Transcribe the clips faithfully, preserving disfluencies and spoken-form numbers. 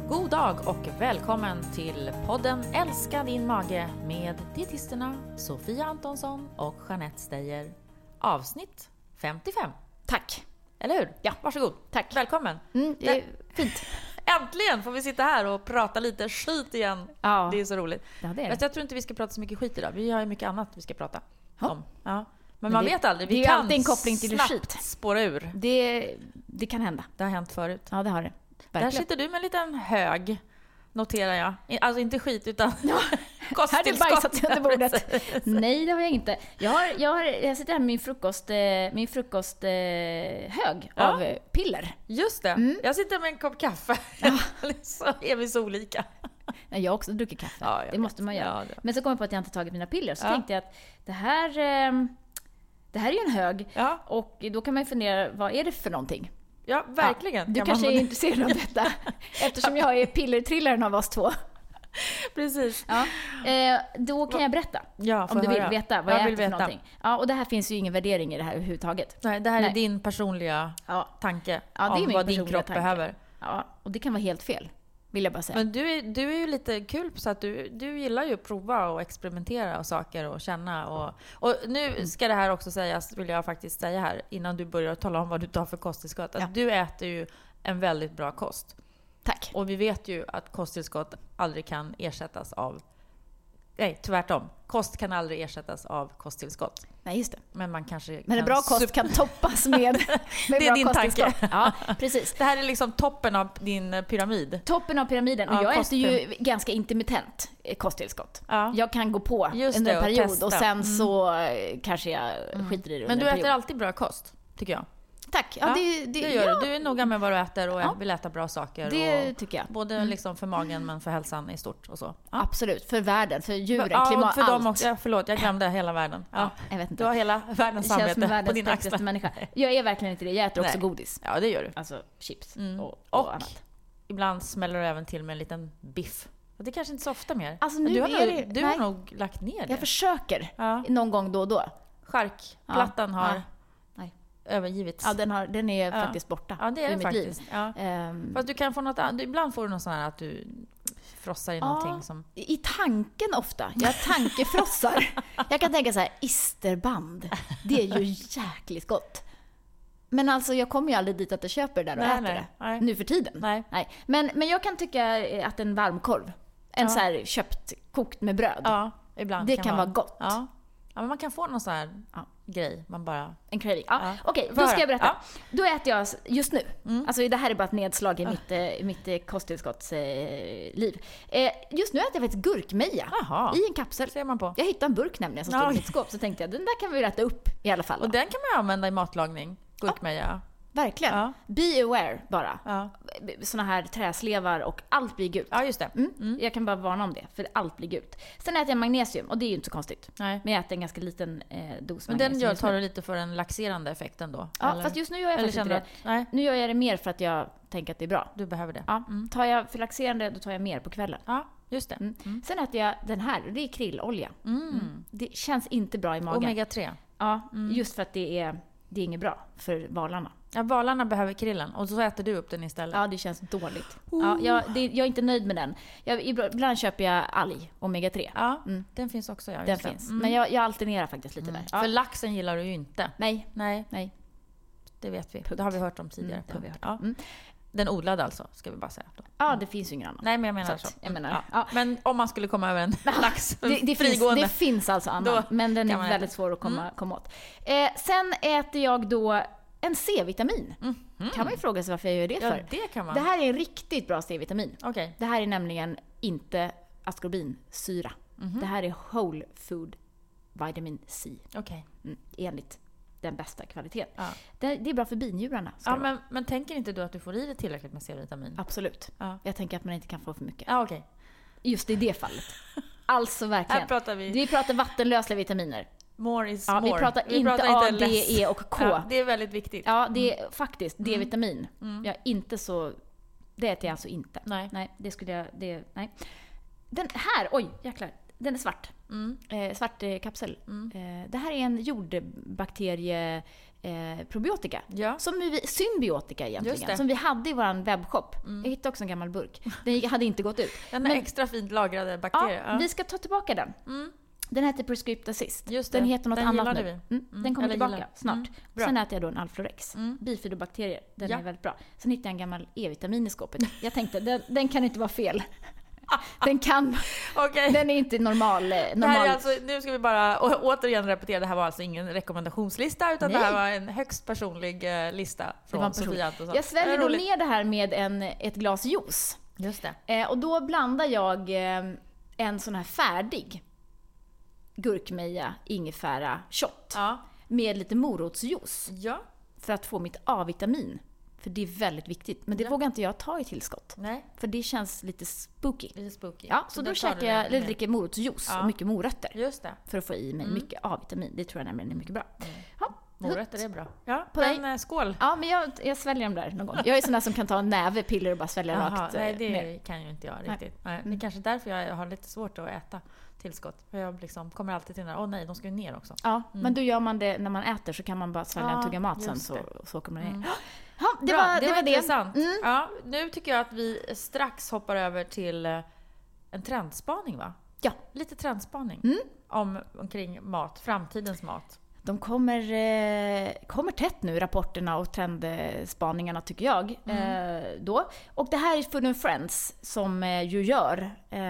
God dag och välkommen till podden Älska din mage med dietisterna Sofia Antonsson och Jeanette Steyer. Avsnitt femtiofem. Tack. Eller hur? Ja. Varsågod. Tack. Välkommen. Mm, det är fint. Äntligen får vi sitta här och prata lite skit igen. Ja. Det är så roligt. Ja, det är Jag det. tror inte vi ska prata så mycket skit idag. Vi har ju mycket annat vi ska prata Ja. om. Ja. Men, Men man det- vet aldrig. Vi det är ju kan alltid en koppling till snabbt skit. spåra ur. Det, det kan hända. Det har hänt förut. Ja, det har det. Där Verkligen. sitter du med en liten hög, noterar jag. Alltså inte skit utan Ja. Här är det bajsat under bordet. Nej, det har jag inte. Jag, har, jag, har, jag sitter här med min frukost, eh, min frukost eh, hög Ja. av eh, piller. Just det. Mm. Jag sitter med en kopp kaffe. Ja. Så är vi så olika. Nej, jag har också druckit kaffe. Ja, jag det måste man göra. Ja, det- Men så kom jag på att jag inte tagit mina piller. Så Ja. tänkte jag att det här, eh, det här är ju en hög. Ja, Och då kan man ju fundera, vad är det för någonting? ja verkligen. Ja, du Kan kanske man- är intresserad av detta. Eftersom jag är pillertrillaren av oss två. Precis. Ja. Eh, då kan jag berätta. Ja, får Om du vill höra. veta vad jag jag vill äter för veta. någonting. Ja, och det här finns ju ingen värdering i det här överhuvudtaget. Nej, det här Nej. är din personliga Ja, tanke Ja, det är om min vad din personliga kropp tanke. behöver. ja, och det kan vara helt fel, vill jag bara säga. Men du är, du är ju lite kul så att du, du gillar ju att prova och experimentera och saker och känna. Och, och nu ska det här också sägas, vill jag faktiskt säga här, innan du börjar tala om vad du tar för kosttillskott. Att Ja. du äter ju en väldigt bra kost. Tack. Och vi vet ju att kosttillskott aldrig kan ersättas av... Nej, tvärtom. Kost kan aldrig ersättas av kosttillskott. Nej, just det. Men man kanske Men kan en bra kost sup- kan toppas med, med Det är bra din tanke. kosttillskott. Ja, precis. Det här är liksom toppen av din pyramid. Toppen av pyramiden. Och Ja, jag äter kostpyramid. ju ganska intermittent eh, kosttillskott. Ja. Jag kan gå på Just under det, en och period testa. och sen Mm. så eh, kanske jag skiter i det Men under du en äter period. alltid bra kost, tycker jag. Tack. Ja, Ja, det, det, Det gör ja, du. Du är noga med vad du äter och Ja. vill äta bra saker. det och tycker jag. både liksom för magen men för hälsan i stort och så. Ja. Absolut. För världen, för djuren, Ja, klimat, för dem allt. också. Ja, förlåt, jag glömde hela världen. Ja. Ja, jag vet Du inte. har hela världens Det känns som samvete på världens din praktiskaste axlar. människa. Jag är verkligen inte det. Jag äter också Nej. godis. Ja, det gör du. Alltså chips Mm. och, och, Och annat. ibland smäller du även till med en liten biff. Och det är kanske inte så ofta mer. Alltså, nu du har, är nog, det- du har nej. nog lagt ner det. Jag försöker Ja. någon gång då och då. Charkplattan Ja. har Ja. Nej. övergivits. Ja, den, har, den är Ja. faktiskt borta Ja, det är ur det mitt faktiskt. liv. Ja. Ehm, Fast du kan få något annat. Ibland får du något sånt här att du frossar i någonting ja, som... I tanken ofta. Jag tankefrossar. Jag kan tänka så här, isterband. Det är ju jäkligt gott. Men alltså, jag kommer ju aldrig dit att jag köper det där och Nej, äter nej, det. nej. Nu för tiden. Nej. Nej. Men, men jag kan tycka att en varmkorv, en Ja. så här köpt, kokt med bröd, Ja, ibland det kan vara gott. Ja. Ja, men man kan få någon sån här Ja. grej. Man bara... En craving. Ja. Ja. Okej, Får då ska höra. jag berätta. Ja. Då äter jag just nu. Mm. Alltså det här är bara ett nedslag i mitt, eh, mitt eh, kosttillskottsliv. Eh, liv. eh, just nu äter jag faktiskt gurkmeja Jaha. i en kapsel. ser man på. Jag hittade en burk nämligen som Ja. stod i mitt skåp. Så tänkte jag, den där kan vi äta upp i alla fall. Och va? den kan man använda i matlagning. Gurkmeja. Verkligen. Ja. Be aware bara. Ja. Såna här träslevar och allt blir gult. Ja, just det. Mm. Mm. Jag kan bara varna om det, för allt blir gult. Sen äter jag magnesium och det är ju inte så konstigt. Nej. Men jag äter en ganska liten eh, dos Men magnesium. den gör, just nu. tar du lite för en laxerande effekt ändå? Ja, eller? fast just nu gör jag Eller faktiskt inte känner det. du att, nej, Nu gör jag det mer för att jag tänker att det är bra. du behöver det? Ja, Mm. tar jag för laxerande då tar jag mer på kvällen. Ja, just det. Mm. Mm. Sen äter jag den här, det är krillolja. Mm. Det känns inte bra i magen. Omega tre. Ja, Mm. just för att det är, det är inget bra för valarna. Ja, valarna behöver krillen och så äter du upp den istället. Ja, det känns dåligt. Ja, jag, det, jag är inte nöjd med den. Jag, ibland köper jag alg, omega tre. Ja, Mm. den finns också. Ja, Den just det. finns. Mm. Men jag, jag alternerar faktiskt lite Mm. där. Ja. För laxen gillar du ju inte. Nej, Nej, nej. det vet vi. Punkt. Det har vi hört om tidigare. Mm, det har vi hört. Ja. Mm. Den odlade alltså, ska vi bara säga. Då. Ja, det finns ju ingen annan. Nej, men jag menar Så så. att, jag menar, ja. ja. Men om man skulle komma över en lax Det, det, finns, frigående. det finns alltså annan, Då men den kan är man väldigt äta. svår att komma, komma åt. Eh, sen äter jag då en C-vitamin. Mm. Kan man ju fråga sig varför jag gör det Ja, för. det kan man. Det här är en riktigt bra C-vitamin. Okej. Det här är nämligen inte askorbinsyra. Mhm. Det här är whole food vitamin C. Okej. Mm, enligt den bästa kvaliteten. Ja. Det, det är bra för binjurarna. ska Ja, det vara. men, men tänker inte du att du får i dig tillräckligt med C-vitamin? Absolut. Ja. Jag tänker att man inte kan få för mycket. Ja, okej. Just i det fallet. Alltså verkligen. Här pratar vi Vi pratar vattenlösliga vitaminer. more is Ja, vi more. pratar inte A, D, less. E och K. Ja, det är väldigt viktigt. Ja, det är faktiskt Mm. D-vitamin. Mm. Jag är inte så... Det äter jag alltså inte. Nej. Nej, det skulle jag... Det, nej. Den här, oj, jäklar. Den är svart. Mm. Eh, svart eh, kapsel. Mm. Eh, det här är en jordbakterie... eh, probiotika. Ja. Som vi, symbiotika egentligen. Som vi hade i vår webbshop. Mm. Jag hittade också en gammal burk. Den hade inte gått ut. Den är extra fint lagrade bakterier. Ja, ja. Vi ska ta tillbaka den. Mm. Den heter Prescript Assist. Just det. Den heter något den annat nu. Vi. Mm. Mm. Den kommer Eller tillbaka gillar. snart. Mm. Sen äter jag då en Alflorex. Mm. Bifidobakterier. Den ja. är väldigt bra. Sen hittade jag en gammal E-vitamin i skåpet. Jag tänkte, den, den kan inte vara fel. Den kan. Okay. Den är inte normal. normal. Det här är alltså, nu ska vi bara å, återigen repetera. Det här var alltså ingen rekommendationslista, utan Nej. det här var en högst personlig eh, lista från Sofia Antonsson. Jag sväljer då ner det här med en, ett glas juice. Just det. Eh, och då blandar jag eh, en sån här färdig gurkmeja, ingefära, shot ja. med lite morotsjuice. Ja. För att få mitt A-vitamin. För det är väldigt viktigt. Men det ja. vågar inte jag ta i tillskott. Nej. För det känns lite spooky. Lite spooky. Ja, så, så då käkar jag lite dricker morotsjuice ja. och mycket morötter. Just det. För att få i mig mm. mycket A-vitamin. Det tror jag nämligen är mycket bra. Mm. Ja. Morötter är bra. Ja, på men dig. skål. Ja, men jag, jag sväljer dem där någon gång. Jag är sån där som kan ta en näve piller och bara svälja Aha, rakt nej, det ner. kan ju inte jag riktigt. Nej. Det är kanske därför jag har lite svårt att äta tillskott. För jag liksom kommer alltid till den där, åh nej, de ska ju ner också. Ja, mm. men då gör man det när man äter, så kan man bara svälja ja, en tugga mat sen så, så kommer det ner. Mm. Ja, det Bra, var det. det var, var intressant. Det. Mm. Ja, nu tycker jag att vi strax hoppar över till en trendspaning, va? Ja. Lite trendspaning mm. om, omkring mat, framtidens mat. De kommer, eh, kommer tätt nu, rapporterna och trendspaningarna tycker jag. Mm. Eh, då. Och det här är Food and Friends som eh, ju gör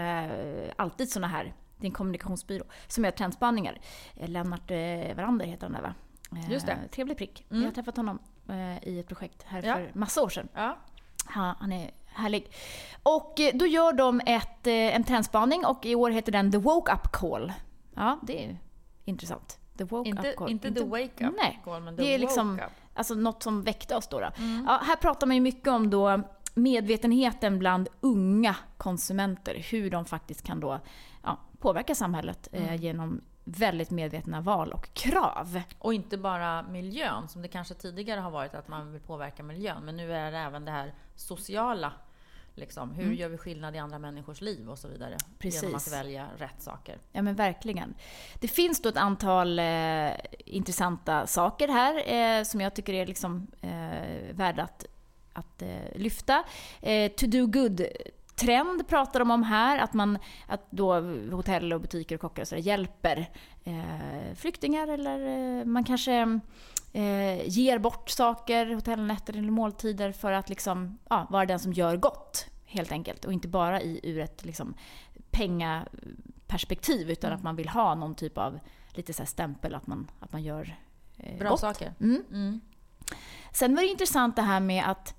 eh, alltid såna här, det är en kommunikationsbyrå som gör trendspaningar. Eh, Lennart eh, Varander heter han där, va? Eh, Just det. Trevlig prick. Mm. Jag har träffat honom eh, i ett projekt här ja. för massa år sedan. Ja. Ha, han är härlig. Och eh, då gör de ett, eh, en trendspaning och i år heter den The Woke Up Call. Ja, det är intressant. The woke inte, up call. Inte the wake up nej, call, men the det är liksom woke up. Alltså något som väckte oss då. då. Mm. Ja, här pratar man ju mycket om då medvetenheten bland unga konsumenter. Hur de faktiskt kan då ja, påverka samhället mm. eh, genom väldigt medvetna val och krav. Och inte bara miljön, som det kanske tidigare har varit att man vill påverka miljön. Men nu är det även det här sociala. Liksom. Hur mm. gör vi skillnad i andra människors liv och så vidare. Precis. Genom att välja rätt saker. Ja, men verkligen. Det finns då ett antal eh, intressanta saker här eh, som jag tycker är liksom, eh, värda att, att eh, lyfta. Eh, to do good trend pratar de om här, att man att då hotell och butiker och kockar och så där hjälper eh, flyktingar eller eh, man kanske eh, ger bort saker, hotellnätter eller måltider för att liksom, ja, vara den som gör gott helt enkelt och inte bara i ur ett liksom, pengaperspektiv utan mm. att man vill ha någon typ av lite så här stämpel att man, att man gör eh, bra gott. saker. Mm. Mm. Sen var det intressant det här med att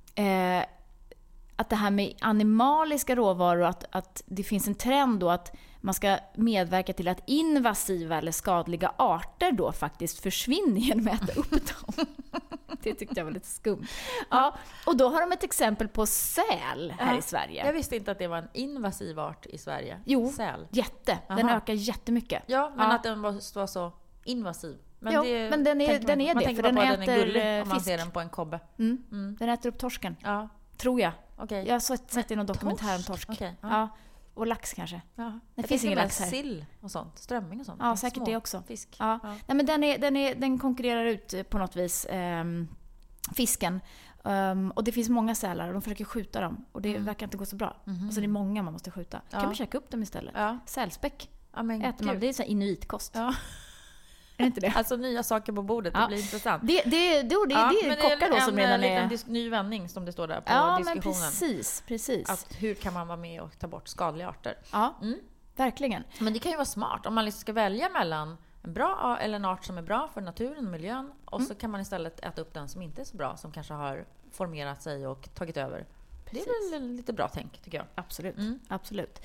eh, att det här med animaliska råvaror, att, att det finns en trend då att man ska medverka till att invasiva eller skadliga arter då faktiskt försvinner genom att äta upp dem. Det tyckte jag var lite skumt. Ja, och då har de ett exempel på säl här ja, i Sverige. Jag visste inte att det var en invasiv art i Sverige. Jo, säl. jätte. Den Aha. ökar jättemycket. Ja, men ja. att den var, var så invasiv. Men, jo, det, men den är, man, den är man det. tänker För den på äter den är gullig fisk. om man ser den på en kobbe. Mm. Mm. Den äter upp torsken. Ja. Tror jag. Okay. Jag har sett, sett i någon dokumentär om torsk. Okay. Ja. Ja. Och lax kanske. Ja. Det finns ingen lax här. Sill och sånt. Strömming och sånt. Ja, säkert det också. Fisk. Ja. Ja. Nej, men den, är, den, är, den konkurrerar ut på något vis eh, fisken. Um, och det finns många sälar och de försöker skjuta dem. Och det mm. verkar inte gå så bra. Mm. Alltså det är många man måste skjuta. Ja. Kan man käka upp dem istället? Ja. Sälspäck ja, men äter man. Det är så här inuitkost. Ja. Är det inte det? Alltså nya saker på bordet, ja. Det blir intressant. Det, det, det, det, det, ja, det är kockar då som redan är... En liten ny vändning som det står där på ja, diskussionen. Ja, men precis, precis. Att hur kan man vara med och ta bort skadliga arter? Ja, mm. verkligen. Men det kan ju vara smart om man liksom ska välja mellan en bra eller en art som är bra för naturen och miljön och mm. så kan man istället äta upp den som inte är så bra, som kanske har formerat sig och tagit över. Precis. Det är väl lite bra tänk, tycker jag. Absolut, mm. absolut.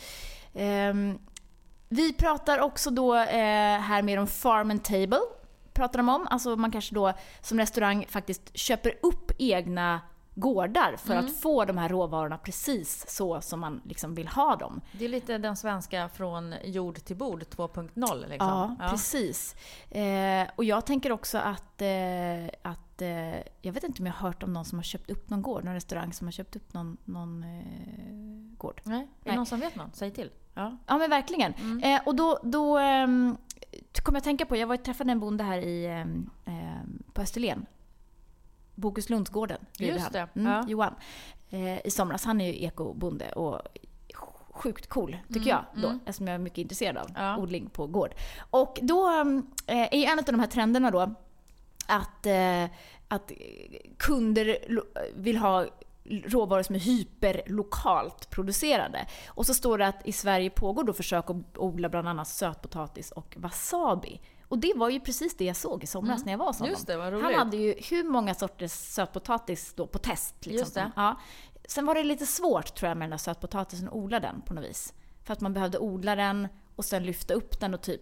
Um, vi pratar också då eh, här mer om farm and table. Pratar de om. Alltså man kanske då som restaurang faktiskt köper upp egna gårdar för mm. att få de här råvarorna precis så som man liksom vill ha dem. Det är lite den svenska från jord till bord två punkt noll. Liksom. Ja, ja, precis. Eh, och jag tänker också att, eh, att eh, jag vet inte om jag har hört om någon som har köpt upp någon gård, någon restaurang som har köpt upp någon, någon eh, gård. Nej, är det någon som vet någon? Säg till. Ja, ja men verkligen. Mm. Eh, och då, då eh, kommer jag tänka på, jag var och träffade en bonde här i, eh, på Österlen. Bokuslundsgården. Just det. Mm, ja. Johan. Eh, I somras. Han är ju ekobonde och sjukt cool, tycker Mm, jag då, mm. eftersom jag är mycket intresserad av Ja. odling på gård. Och då eh, är ju en av de här trenderna då att, eh, att kunder lo- vill ha råvaror som är hyperlokalt producerade. Och så står det att i Sverige pågår då försök att odla bland annat sötpotatis och wasabi. Och det var ju precis det jag såg i somras Mm. när jag var hos honom. Just det, vad roligt. Han hade ju hur många sorters sötpotatis då på test. Liksom. Just det. Ja. Sen var det lite svårt tror jag med den där sötpotatisen att odla den på något vis. För att man behövde odla den och sen lyfta upp den och typ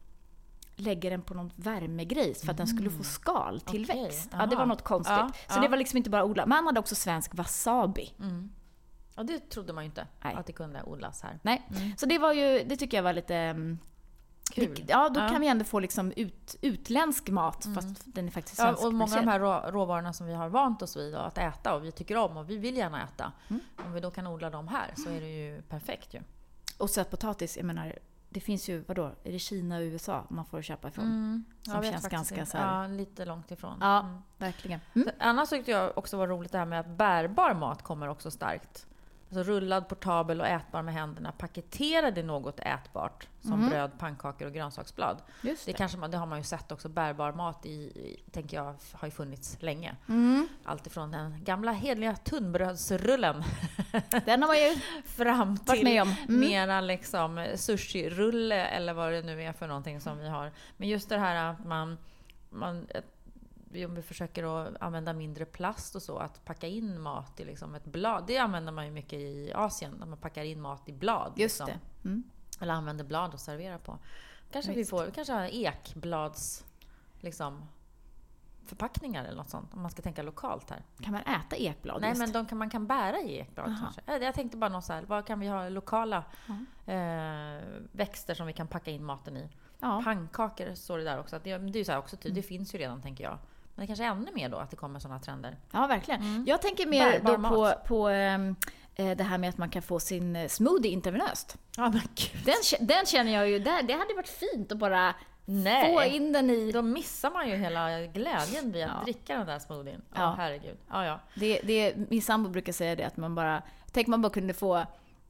lägga den på någon värmegrejs för att den skulle få skal till Okej, växt. Ja, aha. det var något konstigt. Ja, Så ja. det var liksom inte bara odla. Men han hade också svensk wasabi. Mm. Och det trodde man ju inte, Nej. att det kunde odlas här. Nej. Mm. Så det var ju, det tycker jag var lite mm, Kul. det- Ja, då Ja. kan vi ändå få liksom ut, utländsk mat Mm. fast den är faktiskt Ja, svensk. och många av de här rå, råvarorna som vi har vant oss vid att äta och vi tycker om och vi vill gärna äta. Mm. Om vi då kan odla dem här så är det ju perfekt ju. Och sötpotatis, jag menar, det finns ju, vadå, är det Kina och U S A man får köpa ifrån? Mm. Som Jag vet känns faktiskt ganska inte. så här- Ja, lite långt ifrån. Ja, Mm. verkligen. Mm. Så, annars tyckte jag också var roligt det här med att bärbar mat kommer också starkt. Alltså rullad, portabel och ätbar med händerna. Paketerad i något ätbart. Som Mm. bröd, pannkakor och grönsaksblad. Just Det, det. kanske man, det har man ju sett också. Bärbar mat i, i, tänker jag, har ju funnits länge. Mm. Allt ifrån den gamla hedliga tunnbrödsrullen Den har man ju fram varit till med om. Mm. mera liksom sushi-rulle eller vad det nu är för någonting som vi har. Men just det här att man, man om vi försöker att använda mindre plast och så, att packa in mat i liksom ett blad. Det använder man ju mycket i Asien, när man packar in mat i blad. Just liksom. det. Mm. Eller använder blad att servera på. Kanske vi Visst. får, vi kanske har ekblads liksom, förpackningar eller något sånt. Om man ska tänka lokalt här. Kan man äta ekblad? Nej, just? men de kan, man kan bära i ekblad Aha. kanske. Jag jag tänkte bara något så här, vad kan vi ha lokala Ja. eh, växter som vi kan packa in maten i? Ja. Pannkakor står det där också. Det, det är ju så här också, Mm. det finns ju redan tänker jag. Men det kanske är ännu mer då att det kommer sådana trender. Ja, verkligen. Mm. Jag tänker mer Bärbar då på, mat. på ehm, eh, det här med att man kan få sin eh, smoothie intravenöst. Ja, men gud. Den, kä- den känner jag ju, där, det hade varit fint att bara Nej. få in den i... Då missar man ju hela glädjen vid att Ja. dricka den där smoothien. Ja, Ja. herregud. Ja, ja. Det, det, min sambo brukar säga det, att man bara... Tänk man bara kunde få...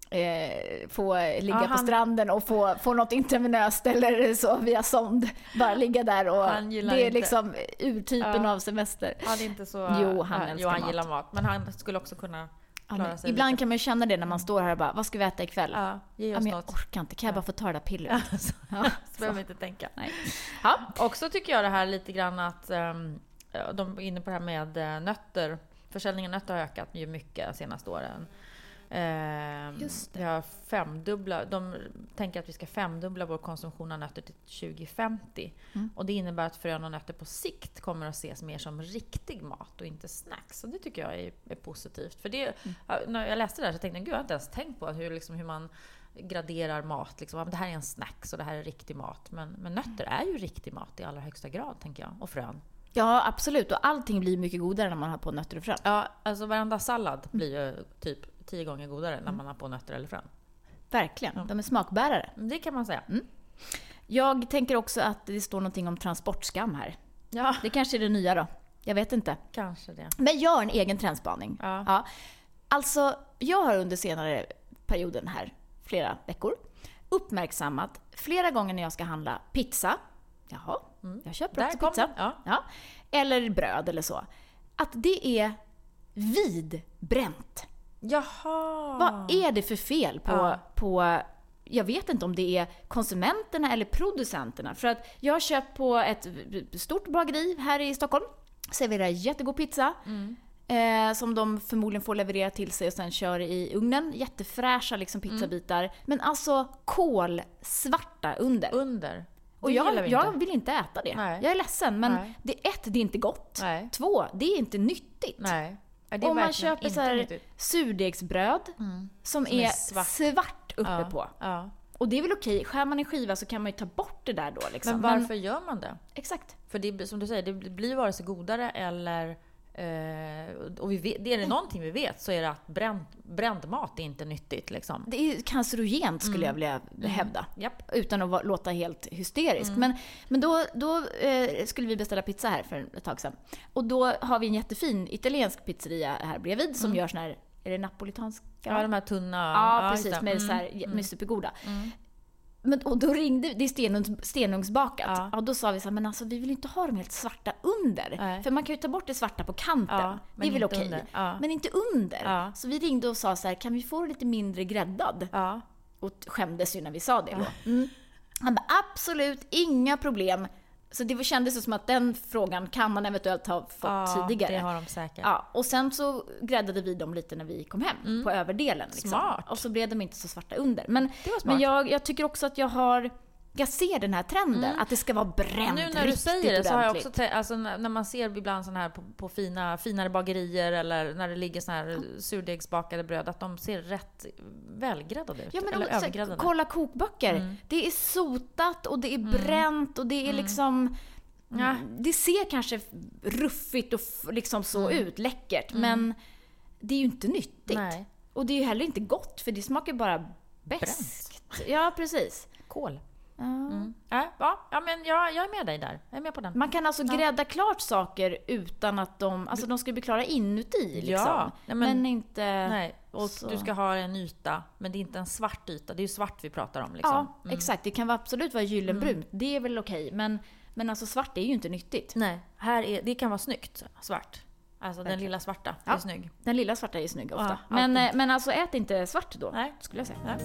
Eh, få ligga Ja, på han- stranden och få, få något intravenöst eller så via sond. Bara ligga där och Han gillar det är inte- liksom urtypen Ja. av semester. Han är inte så... Jo, han ja, älskar jo, han mat. gillar mat. Men han skulle också kunna Ja, klara men sig ibland lite. kan man ju känna det när man står här och bara, vad ska vi äta ikväll? Ja, Ja, ge oss men jag något. orkar inte, kan jag bara få ta det där pillret? så, Ja, så behöver vi inte tänka. Nej. Ja. Också tycker jag det här lite grann att um, de är inne på det här med eh, nötter. Försäljningen av nötter har ökat ju mycket de senaste åren. Ehm, Just det. Vi har femdubbla, de tänker att vi ska femdubbla vår konsumtion av nötter till tjugo femtio. Mm. Och det innebär att frön och nötter på sikt kommer att ses mer som riktig mat och inte snacks. Och det tycker jag är, är positivt. För det, Mm. ja, när jag läste det här så tänkte jag, gud jag har inte ens tänkt på hur, liksom, hur man graderar mat. Liksom. Ja, men det här är en snacks och det här är riktig mat. Men, men nötter är ju riktig mat i allra högsta grad, tänker jag. Och frön. Ja, absolut. Och allting blir mycket godare när man har på nötter och frön. Ja, alltså varenda sallad blir ju typ tio gånger godare när man har på nötter eller frön. Verkligen. Ja. De är smakbärare. Det kan man säga. Jag tänker också att det står någonting om transportskam här. Ja, Det kanske är det nya då. Jag vet inte. kanske det. Men jag har en egen trendspaning. Ja. Ja. Alltså, jag har under senare perioden här, flera veckor, uppmärksammat flera gånger när jag ska handla pizza. Jaha, Mm. jag köper Där också kom pizza. den. Ja. Ja. Eller bröd eller så. Att det är vidbränt. Jaha! Vad är det för fel på, Ja. på, jag vet inte om det är konsumenterna eller producenterna. För att jag har köpt på ett stort bageri här i Stockholm, serverar jättegod pizza. Mm. Eh, som de förmodligen får leverera till sig och sen kör i ugnen. Jättefräscha liksom pizzabitar. Mm. Men alltså kolsvarta under. Under. Och Det gillar jag, vi jag inte. vill inte äta det. Nej. Jag är ledsen, men Nej. det, ett, det är inte gott. Nej. Två, det är inte nyttigt. Nej. Ja, det är Om man verkligen köper inte så här nyttigt. surdegsbröd Mm. som, Som är är svart. svart, uppe Ja. på. Ja. Och det är väl okej, skär man en skiva så kan man ju ta bort det där då liksom. Men varför gör man det? Exakt. För det, som du säger, det blir vare sig godare eller Eh, och vi vet, det är det någonting vi vet så är det att bränd, bränd mat är inte nyttigt. Liksom. Det är cancerogent skulle mm. jag vilja hävda. Mm. Yep. Utan att låta helt hysterisk. Mm. Men, men då, då eh, skulle vi beställa pizza här för ett tag sedan. Och då har vi en jättefin italiensk pizzeria här bredvid som mm. gör sån här, är det napolitanska? Ja, de här tunna. Ja, ja precis. Med, mm. så här, med mm. supergoda. Mm. Men, och då ringde, det är stenugns, stenugnsbakat. Ja. Och då sa vi så här, men alltså vi vill inte ha dem helt svarta under. Nej. För man kan ju ta bort det svarta på kanten. Ja, det är väl okej. Okay. Ja. Men inte under. Ja. Så vi ringde och sa så här, kan vi få lite mindre gräddad? Ja. Och skämdes ju när vi sa det då. Mm. Han bara, absolut, inga problem. Så det kändes som att den frågan kan man eventuellt ha fått ja, tidigare. Det har de säkert. Ja, och sen så gräddade vi dem lite när vi kom hem mm. på överdelen. Liksom. Smart. Och så blev de inte så svarta under. Men, men jag, jag tycker också att jag har... Jag ser den här trenden, mm. att det ska vara bränt. Nu när du säger det så har jag också t- alltså, när man ser ibland sån här på, på fina, finare bagerier eller när det ligger sån här mm. surdegsbakade bröd, att de ser rätt välgräddade ut. Ja, men eller och, övergräddade. Kolla kokböcker. Mm. Det är sotat och det är bränt och det är mm. liksom... Ja, det ser kanske ruffigt och liksom så mm. ut, läckert, mm. men det är ju inte nyttigt. Nej. Och det är ju heller inte gott, för det smakar bara beskt. Ja, precis. Kol. Ja. Mm. Ja, ja, men jag, jag är med dig där. Jag är med på den. Man kan alltså grädda ja. klart saker utan att de... Alltså de ska bli klara inuti, liksom. Ja, men, men inte... Nej, och så. Du ska ha en yta, men det är inte en svart yta. Det är ju svart vi pratar om, liksom. Ja, mm. exakt. Det kan vara absolut vara gyllenbrunt. Mm. Det är väl okej, men... Men alltså svart är ju inte nyttigt. Nej, här är, det kan vara snyggt, svart. Alltså den lilla svarta ja. är snygg. Den lilla svarta är snygg ofta. Ja, men, men alltså ät inte svart då, nej. skulle jag säga. Nej.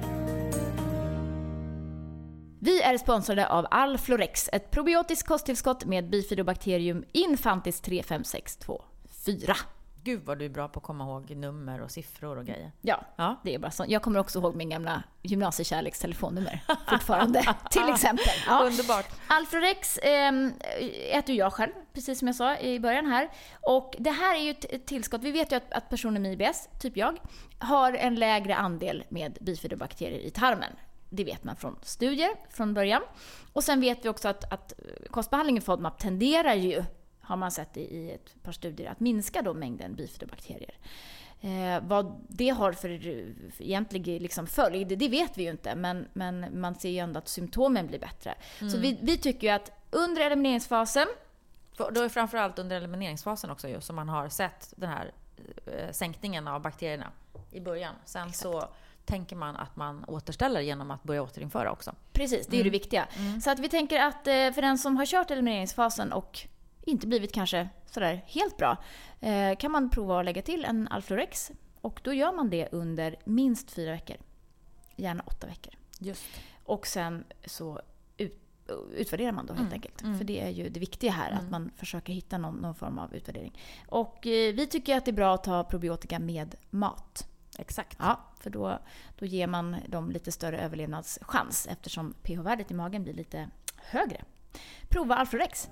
Vi är sponsrade av Alflorex, ett probiotiskt kosttillskott med bifidobakterium infantis tre fem sex två fyra. Gud vad du är bra på att komma ihåg nummer och siffror och grejer. Ja, ja. Det är bara så. Jag kommer också ihåg min gamla gymnasiekärlekstelefonnummer fortfarande, till exempel. Ja. Underbart. Alflorex äh, äter jag själv, precis som jag sa i början här. Och det här är ju ett tillskott. Vi vet ju att, att personer med I B S, typ jag, har en lägre andel med bifidobakterier i tarmen. Det vet man från studier från början. Och sen vet vi också att, att kostbehandling i FODMAP tenderar ju, har man sett i ett par studier, att minska då mängden bifidobakterier. Eh, vad det har för, för egentlig liksom följd, det, det vet vi ju inte, men, men man ser ju ändå att symptomen blir bättre. Mm. Så vi, vi tycker ju att under elimineringsfasen... För då är framförallt under elimineringsfasen också ju, som man har sett den här eh, sänkningen av bakterierna i början. Sen Exakt. Så tänker man att man återställer genom att börja återinföra också. Precis, det är mm. det viktiga. Mm. Så att vi tänker att eh, för den som har kört elimineringsfasen och inte blivit kanske sådär helt bra, eh, kan man prova att lägga till en Alflorex. Och då gör man det under minst fyra veckor. Gärna åtta veckor. Just. Och sen så ut, utvärderar man då helt mm. enkelt. Mm. För det är ju det viktiga här, mm. att man försöker hitta någon, någon form av utvärdering. Och eh, vi tycker att det är bra att ta probiotika med mat. Exakt. Ja, för då, då ger man dem lite större överlevnadschans eftersom pH-värdet i magen blir lite högre. Prova Alflorex.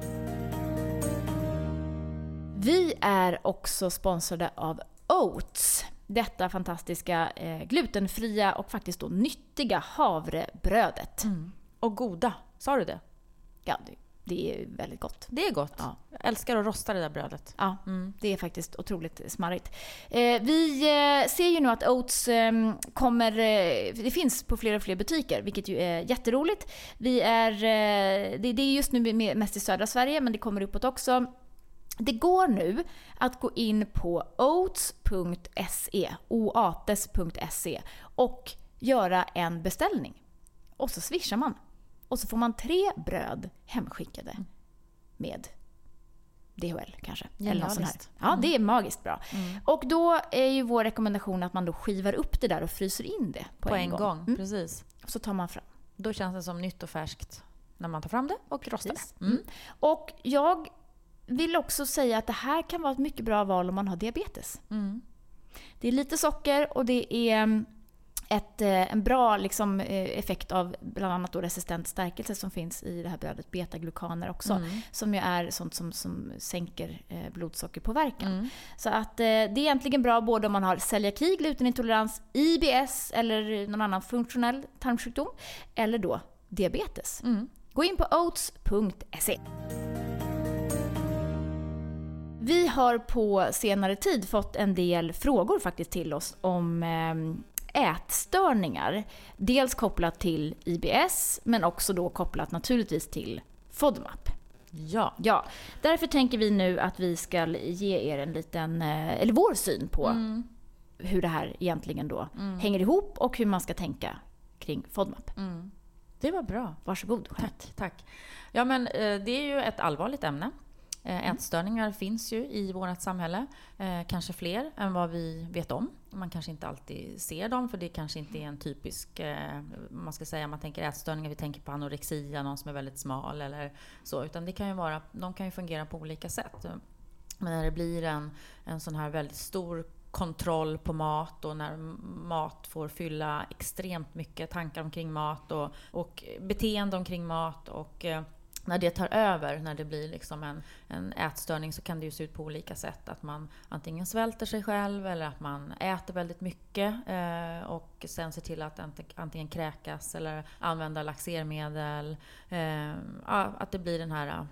Vi är också sponsrade av Oats. Detta fantastiska eh, glutenfria och faktiskt då nyttiga havrebrödet. Mm. Och goda, sa du det? Ja, det, det är väldigt gott. Det är gott. Ja. Jag älskar att rosta det där brödet. Ja, mm. det är faktiskt otroligt smarrigt. Eh, vi eh, ser ju nu att Oats eh, kommer... Eh, det finns på fler och fler butiker, vilket ju är jätteroligt. Vi är, eh, det, det är just nu mest i södra Sverige, men det kommer uppåt också. Det går nu att gå in på oats punkt se, oates punkt se och göra en beställning. Och så swishar man. Och så får man tre bröd hemskickade med D H L kanske. Ja, eller något sånt här. Ja, mm. det är magiskt bra. Mm. Och då är ju vår rekommendation att man då skivar upp det där och fryser in det på, på en, en gång. gång. Mm. Precis. Och så tar man fram. Då känns det som nytt och färskt när man tar fram det och rostar det. Mm. Och jag vill också säga att det här kan vara ett mycket bra val om man har diabetes. Mm. Det är lite socker och det är ett, en bra liksom, effekt av bland annat då resistent stärkelse som finns i det här brödet, betaglukaner också, mm. som ju är sånt som, som sänker eh, blodsockerpåverkan. Mm. Så att eh, det är egentligen bra både om man har celiaki, glutenintolerans, I B S eller någon annan funktionell tarmsjukdom eller då diabetes. Mm. Gå in på oats punkt se. Vi har på senare tid fått en del frågor faktiskt till oss om ätstörningar. Dels kopplat till I B S, men också då kopplat naturligtvis till FODMAP. Ja. Ja, därför tänker vi nu att vi ska ge er en liten, eller vår syn på mm. hur det här egentligen då mm. hänger ihop och hur man ska tänka kring FODMAP. Mm. Det var bra. Varsågod. Tack, tack. Ja, men eh, det är ju ett allvarligt ämne. Eh, ätstörningar finns ju i vårt samhälle. Eh, kanske fler än vad vi vet om. Man kanske inte alltid ser dem, för det kanske inte är en typisk, eh, man ska säga, man tänker ätstörningar, vi tänker på anorexia, någon som är väldigt smal eller så. Utan det kan ju vara, de kan ju fungera på olika sätt. Men när det blir en, en sån här väldigt stor kontroll på mat och när mat får fylla extremt mycket tankar omkring mat och, och beteende omkring mat och eh, när det tar över, när det blir liksom en, en ätstörning, så kan det ju se ut på olika sätt. Att man antingen svälter sig själv eller att man äter väldigt mycket eh, och sen ser till att antingen kräkas eller använda laxermedel. Eh, att det blir den här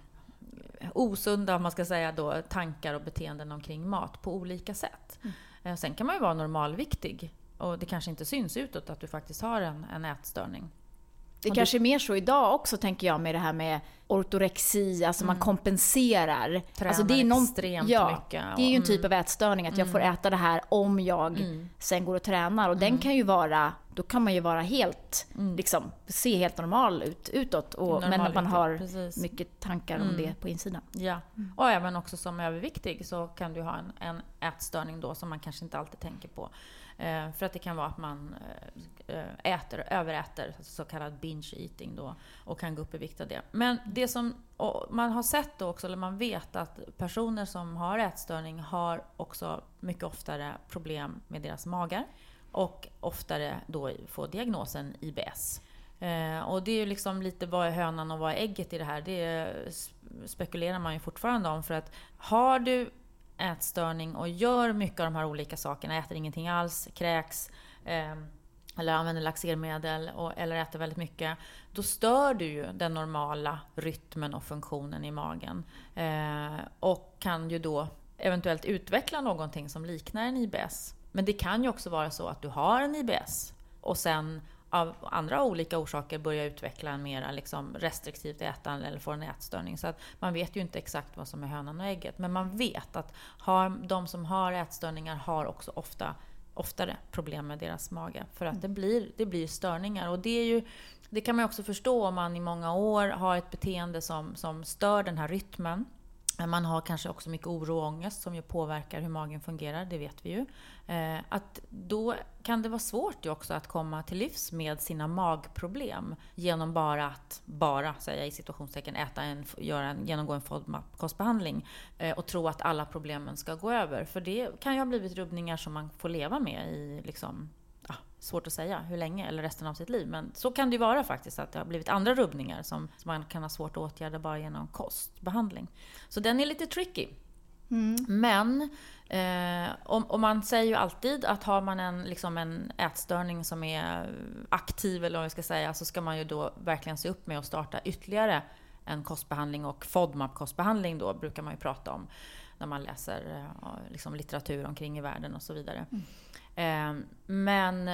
osunda, man ska säga då, tankar och beteenden omkring mat på olika sätt. Mm. Sen kan man ju vara normalviktig och det kanske inte syns utåt att du faktiskt har en, en ätstörning. Det och kanske du... är mer så idag också, tänker jag, med det här med ortorexi, alltså mm. man kompenserar. Tränar alltså det är någon, extremt ja, mycket. Och, det är ju en mm. typ av ätstörning, att jag får äta det här om jag mm. sen går och tränar. Och mm. den kan ju vara, då kan man ju vara helt, mm. liksom, se helt normal ut utåt. Och, men att man har precis. mycket tankar om mm. det på insidan. Ja, mm. och även också som överviktig så kan du ha en, en ätstörning då som man kanske inte alltid tänker på. Eh, för att det kan vara att man eh, äter, överäter, så kallad binge eating då, och kan gå upp i vikt av det. Men det som man har sett då också, eller man vet att personer som har ätstörning har också mycket oftare problem med deras magar och oftare då får diagnosen I B S. Eh, och det är ju liksom lite vad är hönan och vad är ägget i det här. Det spekulerar man ju fortfarande om, för att har du ätstörning och gör mycket av de här olika sakerna, äter ingenting alls, kräks eh, eller använder laxermedel och, eller äter väldigt mycket, då stör du ju den normala rytmen och funktionen i magen eh, och kan ju då eventuellt utveckla någonting som liknar en I B S. Men det kan ju också vara så att du har en I B S och sen av andra olika orsaker börjar utveckla en mera liksom restriktivt ätande eller får en ätstörning. Så att man vet ju inte exakt vad som är hönan och ägget. Men man vet att har, de som har ätstörningar har också ofta, oftare problem med deras mage. För att det blir, det blir störningar. Och det, är ju, det kan man också förstå om man i många år har ett beteende som, som stör den här rytmen. Man har kanske också mycket oro och ångest som ju påverkar hur magen fungerar, det vet vi ju. Eh, att då kan det vara svårt ju också att komma till livs med sina magproblem genom bara att, bara säga i situationstecken, äta en, göra en, genomgå en FODMAP-kostbehandling eh, och tro att alla problemen ska gå över. För det kan ju ha blivit rubbningar som man får leva med i liksom, ja, svårt att säga hur länge eller resten av sitt liv. Men så kan det ju vara faktiskt, att det har blivit andra rubbningar som, som man kan ha svårt att åtgärda bara genom kostbehandling. Så den är lite tricky. Mm. Men eh, om, om man säger ju alltid att har man en, liksom en ätstörning som är aktiv, eller vad vi ska säga, så ska man ju då verkligen se upp med att starta ytterligare en kostbehandling, och FODMAP-kostbehandling då brukar man ju prata om när man läser eh, liksom litteratur omkring i världen och så vidare. Mm. Eh, men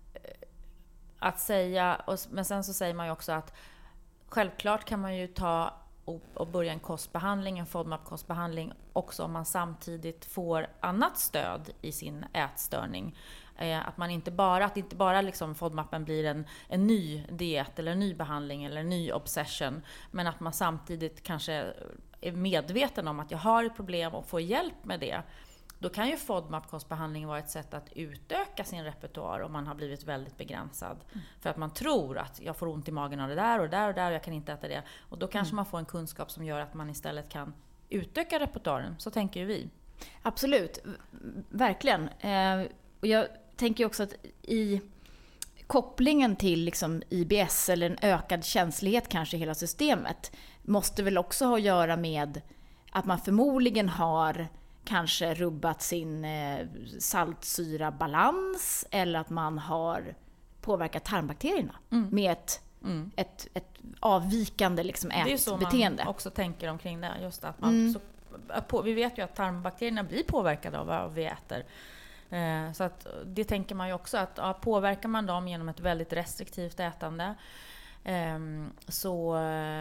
att säga, och, men sen så säger man ju också att självklart kan man ju ta och, och börja en kostbehandling, en FODMAP-kostbehandling också om man samtidigt får annat stöd i sin ätstörning. Eh, att man inte bara, att inte bara liksom FODMAPen blir en, en ny diet eller en ny behandling eller en ny obsession, men att man samtidigt kanske är medveten om att jag har ett problem och får hjälp med det. Då kan ju FODMAP-kostbehandling vara ett sätt att utöka sin repertoar om man har blivit väldigt begränsad. Mm. För att man tror att jag får ont i magen av det där och där och där och jag kan inte äta det. Och då kanske mm. man får en kunskap som gör att man istället kan utöka repertoaren. Så tänker ju vi. Absolut, verkligen. Eh, och jag tänker också att i kopplingen till liksom I B S eller en ökad känslighet kanske i hela systemet måste väl också ha att göra med att man förmodligen har kanske rubbat sin eh, saltsyrabalans, eller att man har påverkat tarmbakterierna mm. med ett, mm. ett, ett avvikande liksom ätbeteende. Det är så man också tänker omkring det. Just att man, mm. så, på, vi vet ju att tarmbakterierna blir påverkade av vad vi äter. Eh, så att det tänker man ju också att ja, påverkar man dem genom ett väldigt restriktivt ätande eh, så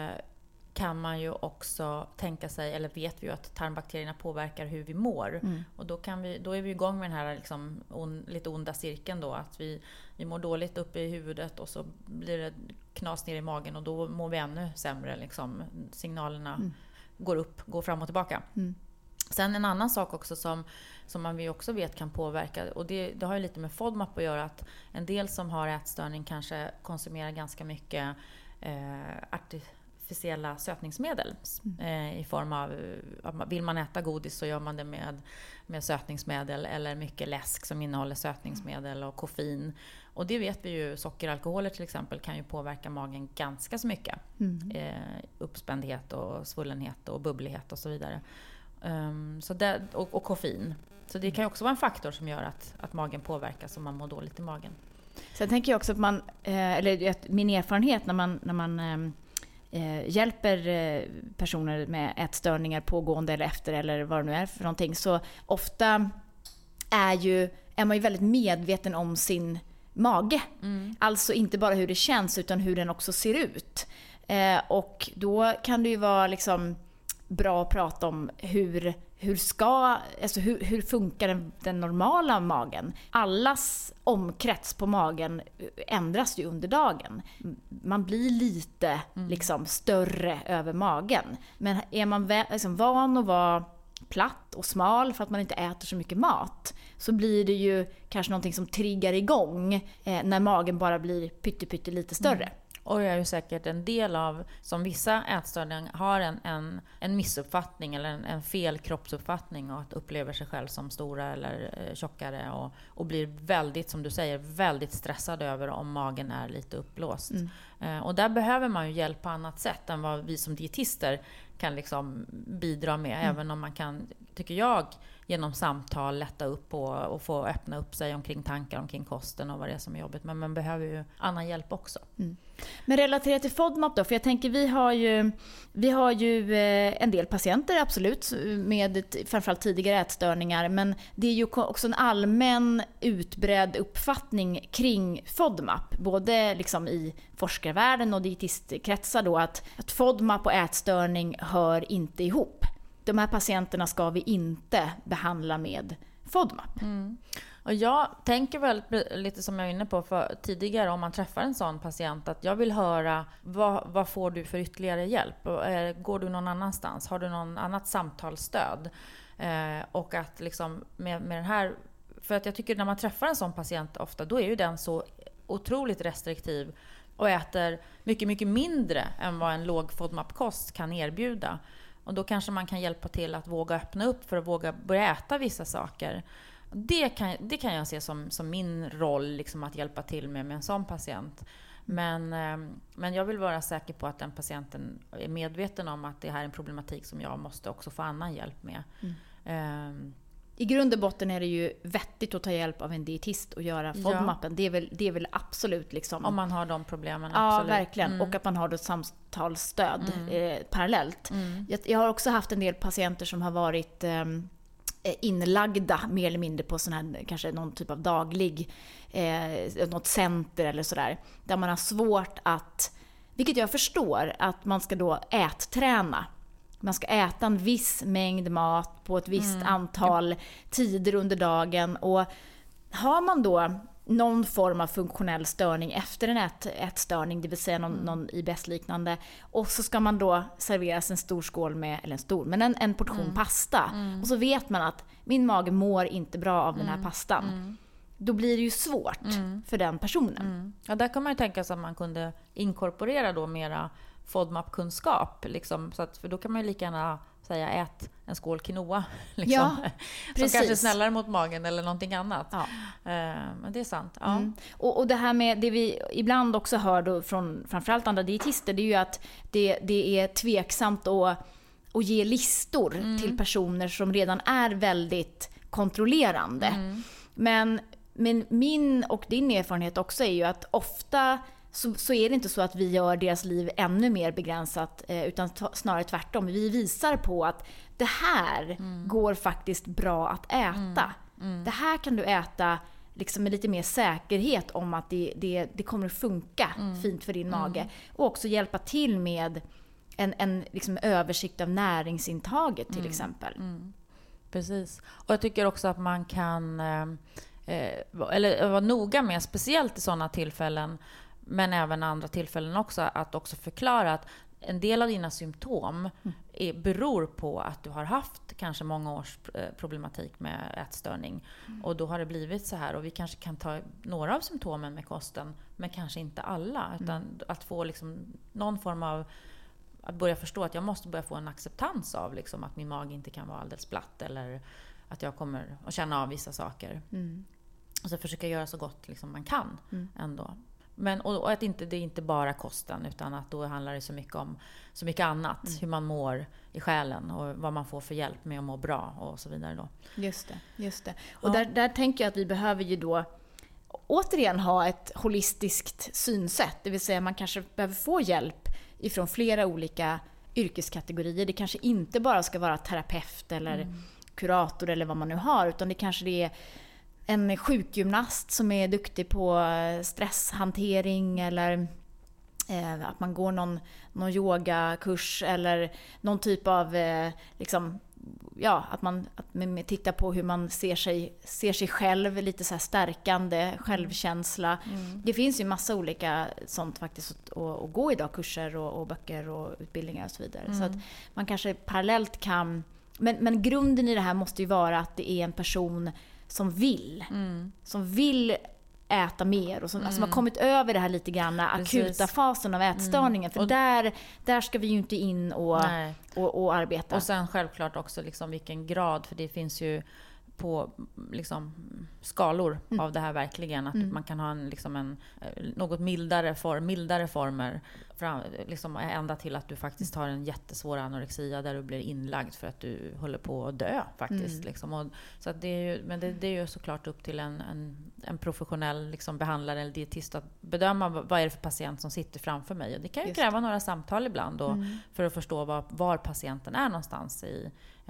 kan man ju också tänka sig, eller vet vi ju att tarmbakterierna påverkar hur vi mår. Mm. Och då, kan vi, då är vi igång med den här liksom on, lite onda cirkeln då, att vi, vi mår dåligt uppe i huvudet och så blir det knas ner i magen och då mår vi ännu sämre. Liksom. Signalerna mm. går upp, går fram och tillbaka. Mm. Sen en annan sak också som, som man vi också vet kan påverka, och det, det har ju lite med FODMAP att göra, att en del som har ätstörning kanske konsumerar ganska mycket eh, artificiella sötningsmedel mm. eh, i form av, vill man äta godis så gör man det med, med sötningsmedel, eller mycket läsk som innehåller sötningsmedel och koffein. Och det vet vi ju, sockeralkoholer till exempel kan ju påverka magen ganska så mycket. Mm. Eh, uppspändhet och svullenhet och bubblighet och så vidare. Um, så det, och, och koffein. Så det kan ju också vara en faktor som gör att, att magen påverkas och man mår dåligt i magen. Sen tänker jag också att man, eh, eller min erfarenhet när man, när man eh, hjälper eh, personer med ätstörningar pågående eller efter eller vad det nu är för någonting, så ofta är, ju, är man ju väldigt medveten om sin mage. Mm. Alltså inte bara hur det känns utan hur den också ser ut. Eh, och då kan det ju vara liksom bra att prata om hur, hur, ska, alltså hur, hur funkar den, den normala magen. Allas omkrets på magen ändras ju under dagen. Man blir lite mm. liksom, större över magen. Men är man vä- liksom, van att vara platt och smal för att man inte äter så mycket mat, så blir det ju kanske någonting som triggar igång eh, när magen bara blir pytte, pytte lite större. Mm. Och det är ju säkert en del av, som vissa ätstörningar har en, en, en missuppfattning eller en, en fel kroppsuppfattning och att upplever sig själv som stora eller eh, tjockare och, och blir väldigt, som du säger, väldigt stressad över om magen är lite uppblåst. Mm. Eh, och där behöver man ju hjälp på annat sätt än vad vi som dietister kan liksom bidra med. Mm. Även om man kan, tycker jag, genom samtal lätta upp och, och få öppna upp sig omkring tankar omkring kosten och vad det är som är jobbigt. Men man behöver ju annan hjälp också. Mm. Men relaterat till FODMAP då, för jag tänker vi har ju, vi har ju en del patienter absolut med framförallt tidigare ätstörningar, men det är ju också en allmän utbredd uppfattning kring FODMAP, både liksom i forskarvärlden och dietistkretsar då, att, att FODMAP och ätstörning hör inte ihop. De här patienterna ska vi inte behandla med FODMAP. Mm. Och jag tänker väl lite som jag var inne på för tidigare, om man träffar en sån patient, att jag vill höra vad, vad får du för ytterligare hjälp? Går du någon annanstans? Har du någon annat samtalsstöd? Eh, och att liksom med, med den här, för att jag tycker när man träffar en sån patient ofta, då är ju den så otroligt restriktiv och äter mycket, mycket mindre än vad en låg FODMAP-kost kan erbjuda. Och då kanske man kan hjälpa till att våga öppna upp för att våga börja äta vissa saker. Det kan, det kan jag se som, som min roll, liksom att hjälpa till med, med en sån patient. Men, men jag vill vara säker på att den patienten är medveten om att det här är en problematik som jag måste också få annan hjälp med. Mm. Um, I grund och botten är det ju vettigt att ta hjälp av en dietist och göra FODMAPen. Ja. Det är väl, det är väl absolut liksom... Om man har de problemen, ja, absolut. Ja, verkligen. Mm. Och att man har ett samtalsstöd mm. eh, parallellt. Mm. Jag, jag har också haft en del patienter som har varit eh, inlagda mer eller mindre på sån här, kanske någon typ av daglig, eh, något center eller sådär. Där man har svårt att, vilket jag förstår, att man ska då ätträna. Man ska äta en viss mängd mat på ett visst mm. antal tider under dagen. Och har man då någon form av funktionell störning efter en ät, ätstörning, det vill säga någon, mm. någon I B S-liknande, och så ska man då serveras en stor skål med, eller en stor, men en, en portion mm. pasta. Mm. Och så vet man att min mage mår inte bra av mm. den här pastan. Mm. Då blir det ju svårt mm. för den personen. Mm. Ja, där kan man ju tänka sig att man kunde inkorporera då mera FODMAP-kunskap. Liksom, så att, för då kan man ju lika gärna säga ät en skål quinoa. Liksom, ja, som kanske är snällare mot magen eller någonting annat. Ja. Uh, men det är sant. Ja. Mm. Och, och det här med det vi ibland också hör då från framförallt andra dietister, det är ju att det, det är tveksamt att, att ge listor mm. till personer som redan är väldigt kontrollerande. Mm. Men, men min och din erfarenhet också är ju att ofta så, så är det inte så att vi gör deras liv ännu mer begränsat, eh, utan t- snarare tvärtom. Vi visar på att det här mm. går faktiskt bra att äta. Mm. Mm. Det här kan du äta liksom med lite mer säkerhet om att det, det, det kommer att funka mm. fint för din mage. Mm. Och också hjälpa till med en, en liksom översikt av näringsintaget till mm. exempel. Mm. Precis. Och jag tycker också att man kan eh, eller vara noga med, speciellt i sådana tillfällen, men även andra tillfällen också, att också förklara att en del av dina symptom är, beror på att du har haft kanske många års problematik med ätstörning. Mm. Och då har det blivit så här. Och vi kanske kan ta några av symptomen med kosten, men kanske inte alla. Utan mm. att få liksom någon form av, att börja förstå att jag måste börja få en acceptans av liksom att min mage inte kan vara alldeles platt. Eller att jag kommer att känna av vissa saker. Mm. Och så försöka göra så gott liksom man kan mm. ändå. Men, och, och att inte, det är inte bara kosten, utan att då handlar det så mycket om så mycket annat. Mm. Hur man mår i själen och vad man får för hjälp med att må bra och så vidare då. Just det, just det. Och ja. där, där tänker jag att vi behöver ju då återigen ha ett holistiskt synsätt. Det vill säga man kanske behöver få hjälp ifrån flera olika yrkeskategorier. Det kanske inte bara ska vara terapeut eller mm. kurator eller vad man nu har, utan det kanske det är en sjukgymnast som är duktig på stresshantering, eller eh, att man går någon, någon yogakurs eller någon typ av eh, liksom, ja, att man att man tittar på hur man ser sig, ser sig själv, lite så här stärkande självkänsla. Mm. Det finns ju massa olika sånt faktiskt att, att, att gå idag, kurser och, och böcker och utbildningar och så vidare. Mm. Så att man kanske parallellt kan, men, men grunden i det här måste ju vara att det är en person som vill. Mm. Som vill äta mer. Och som, mm. alltså, som har kommit över det här lite grann akuta fasen av ätstörningen. Mm. För och, där, där ska vi ju inte in och, och, och arbeta. Och sen självklart också liksom vilken grad. För det finns ju på liksom skalor mm. av det här verkligen. Att mm. man kan ha en, liksom en något mildare, form, mildare former. Fram, liksom ända till att du faktiskt har en jättesvår anorexia där du blir inlagd för att du håller på att dö faktiskt. Mm. Liksom. Och, så att det är ju, men det, det är ju såklart upp till en, en, en professionell liksom behandlare eller dietist att bedöma vad är det för patient som sitter framför mig. Och det kan ju Just. kräva några samtal ibland då, mm. för att förstå var, var patienten är någonstans i...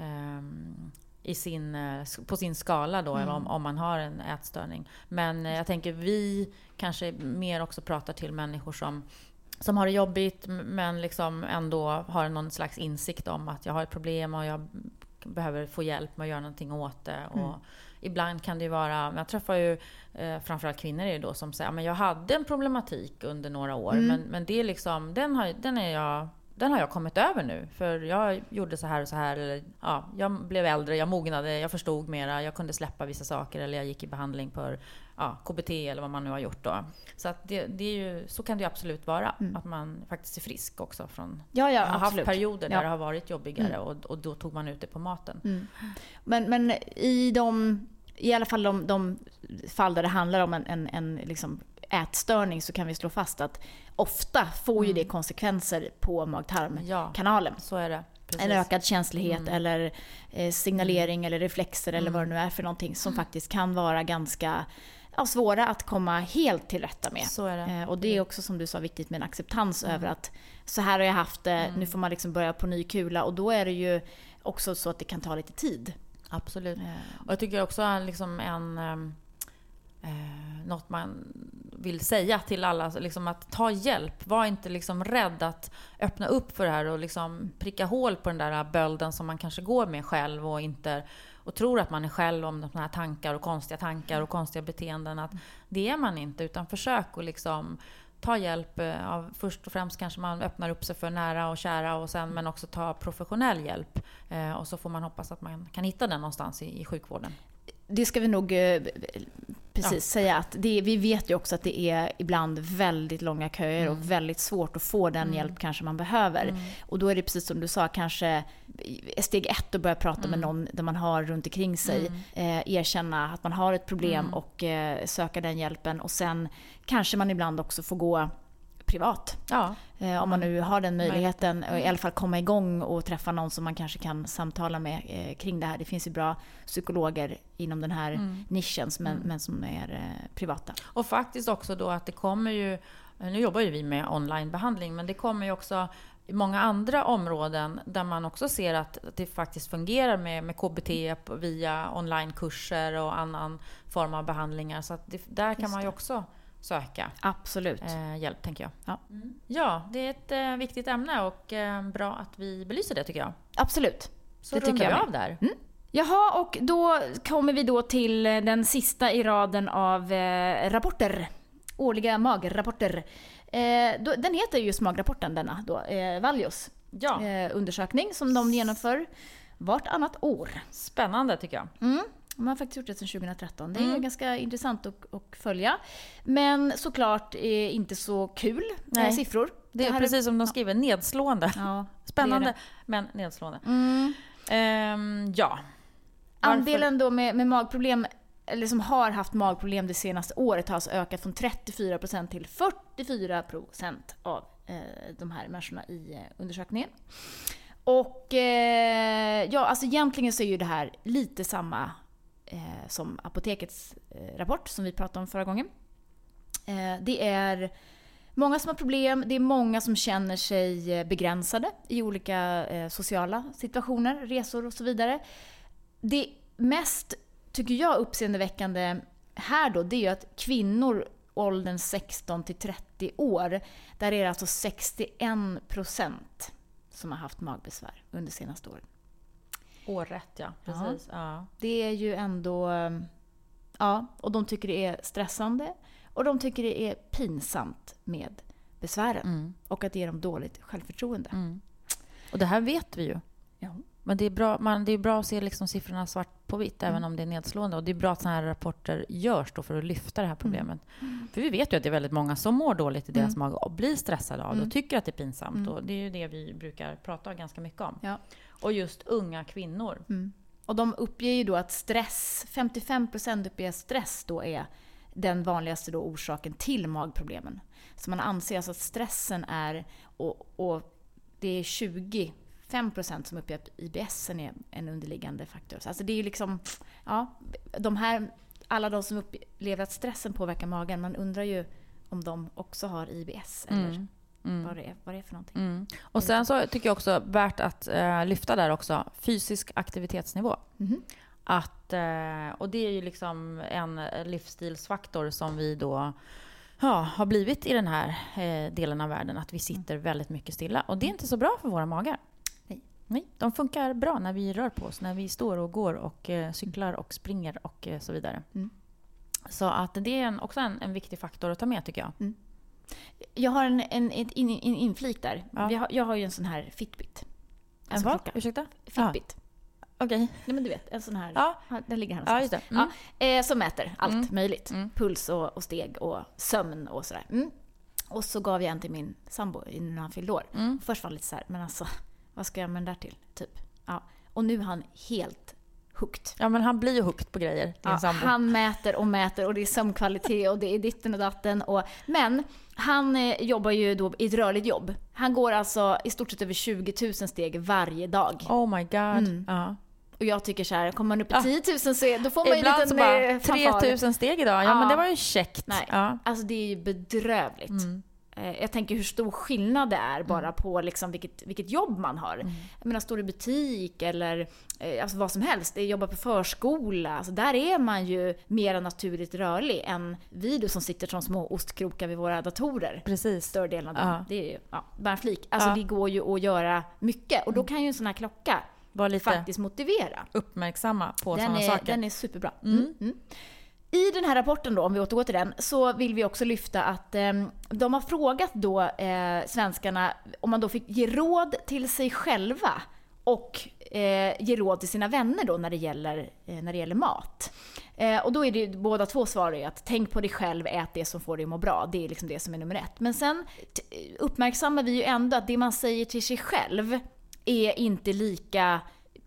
Um, i sin, på sin skala då, mm. om, om man har en ätstörning. Men jag tänker vi kanske mer också pratar till människor som, som har det jobbigt, men liksom ändå har någon slags insikt om att jag har ett problem och jag behöver få hjälp med att göra någonting åt det. Mm. Och ibland kan det ju vara, jag träffar ju eh, framförallt kvinnor är det då som säger, men jag hade en problematik under några år, mm. men, men det är liksom, den, har, den är jag Den har jag kommit över nu, för jag gjorde så här och så här, eller ja, jag blev äldre, jag mognade, jag förstod mera, jag kunde släppa vissa saker, eller jag gick i behandling för ja, K B T eller vad man nu har gjort då. Så att det, det är ju, så kan det ju absolut vara, mm. att man faktiskt är frisk också från, ja, ja, har absolut. haft perioder där ja. det har varit jobbigare mm. och, och då tog man ut det på maten. Mm. Men, men i de, i alla fall de, de fall där det handlar om en, en, en liksom ätstörning, så kan vi slå fast att ofta får ju det konsekvenser på mag-tarmkanalen. Ja, så är det. Precis. En ökad känslighet mm. eller eh, signalering mm. eller reflexer eller mm. vad det nu är för någonting som mm. faktiskt kan vara ganska ja, svåra att komma helt till rätta med. Så är det. Eh, och det är också, som du sa, viktigt med en acceptans mm. över att så här har jag haft det, mm. nu får man liksom börja på ny kula, och då är det ju också så att det kan ta lite tid. Absolut. Eh. Och jag tycker också liksom en eh, något man vill säga till alla, liksom att ta hjälp. Var inte liksom rädd att öppna upp för det här och liksom pricka hål på den där bölden som man kanske går med själv och inte och tror att man är själv om de här tankar och konstiga tankar och konstiga beteenden. Att det är man inte, utan försök att liksom ta hjälp av, först och främst kanske man öppnar upp sig för nära och kära, och sen, men också ta professionell hjälp. Eh, och så får man hoppas att man kan hitta den någonstans i, i sjukvården. Det ska vi nog eh, precis ja. säga att det, vi vet ju också att det är ibland väldigt långa köer mm. och väldigt svårt att få den mm. hjälp kanske man behöver. Mm. Och då är det precis som du sa, kanske steg ett att börja prata mm. med någon där man har runt omkring sig. Mm. Eh, erkänna att man har ett problem mm. och eh, söka den hjälpen. Och sen kanske man ibland också får gå privat. Ja. Eh, om man nu har den möjligheten. Och i alla fall komma igång och träffa någon som man kanske kan samtala med eh, kring det här. Det finns ju bra psykologer inom den här mm. nischen, men, mm. men som är eh, privata. Och faktiskt också då att det kommer ju nu jobbar ju vi med onlinebehandling, men det kommer ju också i många andra områden där man också ser att det faktiskt fungerar med, med K B T via onlinekurser och annan form av behandlingar. Så att det, där kan man ju också söka Absolut. Eh, hjälp, tänker jag. Ja. Mm. Ja, det är ett eh, viktigt ämne och eh, bra att vi belyser det, tycker jag. Absolut. Så det rundar tycker vi jag av där. Mm. Jaha, och då kommer vi då till den sista i raden av eh, rapporter. Årliga magrapporter. Eh, då, den heter just magrapporten, denna då, eh, Valios Ja. eh, undersökning som de genomför vartannat år. Spännande, tycker jag. Mm. De har faktiskt gjort det sedan tjugohundratretton. Det är Mm. ganska intressant att, att följa. Men såklart är inte så kul Nej. siffror. Det är här precis som de skriver, nedslående. Ja, Spännande, det är det. men nedslående. Mm. Ehm, ja. Varför? Andelen då med, med magproblem, eller som har haft magproblem det senaste året, har alltså ökat från trettiofyra procent till fyrtiofyra procent av eh, de här människorna i eh, undersökningen. Och eh, ja, alltså egentligen så är ju det här lite samma eh, som Apotekets eh, rapport som vi pratade om förra gången. Eh, det är många som har problem, det är många som känner sig begränsade i olika eh, sociala situationer, resor och så vidare. Det mest, tycker jag, uppseendeväckande här då, det är ju att kvinnor åldern sexton till trettio år, där är det alltså sextioen procent som har haft magbesvär under senaste året. Året, ja. Precis. Ja. Ja. Det är ju ändå, ja, och de tycker det är stressande och de tycker det är pinsamt med besvären Mm. och att det ger dem dåligt självförtroende. Mm. Och det här vet vi ju. Ja. Men det är bra, man, det är bra att se liksom siffrorna svart på vitt, Mm. även om det är nedslående. Och det är bra att sådana här rapporter görs då för att lyfta det här problemet. Mm. För vi vet ju att det är väldigt många som mår dåligt i deras Mm. mage och blir stressade av det Mm. och tycker att det är pinsamt. Mm. Och det är ju det vi brukar prata ganska mycket om. Ja. Och just unga kvinnor. Mm. Och de uppger ju då att stress, femtiofem procent uppger stress då är den vanligaste då orsaken till magproblemen. Så man anser alltså att stressen är, och, och det är tjugofem procent som uppger att I B S är en underliggande faktor. Så alltså det är ju liksom, ja, de här, alla de som upplever att stressen påverkar magen, man undrar ju om de också har I B S eller Mm. Mm. vad, det är, vad det är för någonting. Mm. Och sen så tycker jag också värt att eh, lyfta där också fysisk aktivitetsnivå. Mm. Att, eh, och det är ju liksom en livsstilsfaktor som vi då ja, har blivit i den här eh, delen av världen. Att vi sitter väldigt mycket stilla. Och det är inte så bra för våra magar. Nej. Nej, de funkar bra när vi rör på oss. När vi står och går och eh, cyklar och springer och eh, så vidare. Mm. Så att det är en, också en, en viktig faktor att ta med, tycker jag. Mm. Jag har en, en, en, in, en inflik där. Ja. Vi har, jag har ju en sån här Fitbit. En Alltså vad? klocka. Ursäkta? Fitbit. Okej. Nej, men du vet, en sån här. Ja. Den ligger här Ja, någonstans. just det. Mm. Ja, eh, som mäter allt Mm. möjligt. Mm. Puls och, och steg och sömn och sådär. Mm. Och så gav jag en till min sambo innan han fyllde år. Mm. Först var det lite så här, men alltså, vad ska jag med den där till? Typ. Ja. Och nu är han helt hooked. Ja, men han blir ju hooked på grejer, din Ja, sambo. han mäter och mäter och det är sömnkvalitet och det är ditten och datten. Och, men han eh, jobbar ju då i ett rörligt jobb. Han går alltså i stort sett över tjugo tusen steg varje dag. Oh my god. Mm. Ja. Och jag tycker så här, kommer man upp i Ja. tio tusen så är, då får man ju en Ibland liten så bara eh, fanfar. tre tusen steg idag. Ja, Ja. men det var ju käckt. Nej, Ja. alltså det är ju bedrövligt. Mm. Eh, Jag tänker hur stor skillnad det är bara på liksom vilket, vilket jobb man har. Mm. Jag menar, står i butik eller eh, alltså vad som helst. Det jobbar på förskola. Alltså där är man ju mer naturligt rörlig än vi då som sitter som små ostkrokar vid våra datorer. Precis. Större delen av dagen. Ja. Det är ju ja, bara en flik. Alltså Ja. det går ju att göra mycket. Och då kan ju en sån här klocka Var lite faktiskt motivera. uppmärksamma på Den sådana är, saker. den är superbra. Mm. Mm. Mm. I den här rapporten då, om vi återgår till den, så vill vi också lyfta att eh, de har frågat då eh, svenskarna om man då fick ge råd till sig själva och eh, ge råd till sina vänner då när det gäller, eh, när det gäller mat. Eh, och då är det båda två svar är att tänk på dig själv, ät det som får dig att må bra. Det är liksom det som är nummer ett. Men sen t- uppmärksammar vi ju ändå att det man säger till sig själv är inte lika,